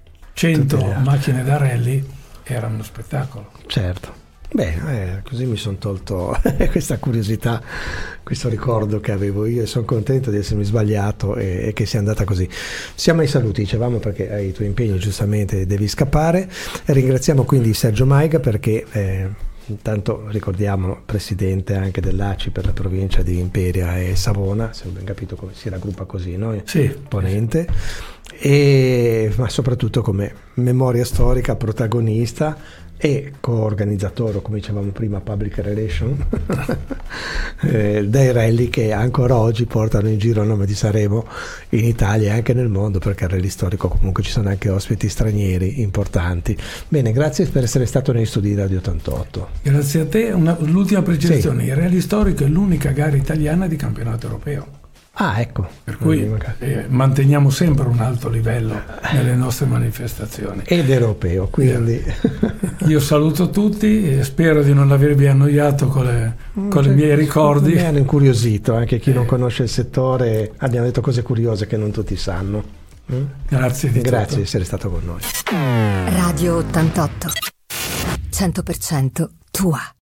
cento macchine da rally, era uno spettacolo. Certo. Beh, eh, così mi sono tolto questa curiosità, questo ricordo che avevo io, e sono contento di essermi sbagliato e, e che sia andata così. Siamo ai saluti, dicevamo, perché hai i tuoi impegni, giustamente devi scappare. Ringraziamo quindi Sergio Maiga perché eh, intanto ricordiamolo, presidente anche dell'A C I per la provincia di Imperia e Savona, se ho ben capito come si raggruppa così, no? Sì. Ponente, e, ma soprattutto come memoria storica, protagonista. e coorganizzatore, come dicevamo prima, public relation eh, dei rally che ancora oggi portano in giro il nome di Sanremo in Italia e anche nel mondo, perché al rally storico comunque ci sono anche ospiti stranieri importanti. Bene, grazie per essere stato negli studi di Radio ottantotto. Grazie a te. Una, l'ultima precisazione: sì. Il rally storico è l'unica gara italiana di campionato europeo. Ah, ecco. Per cui eh, manteniamo sempre un alto livello nelle nostre manifestazioni. Ed europeo, quindi. Io saluto tutti e spero di non avervi annoiato con, le, con i miei ricordi. Mi hanno incuriosito, anche chi eh. non conosce il settore, abbiamo detto cose curiose che non tutti sanno. Mm? Grazie di Grazie tutto. di essere stato con noi. Radio ottantotto, cento per cento tua.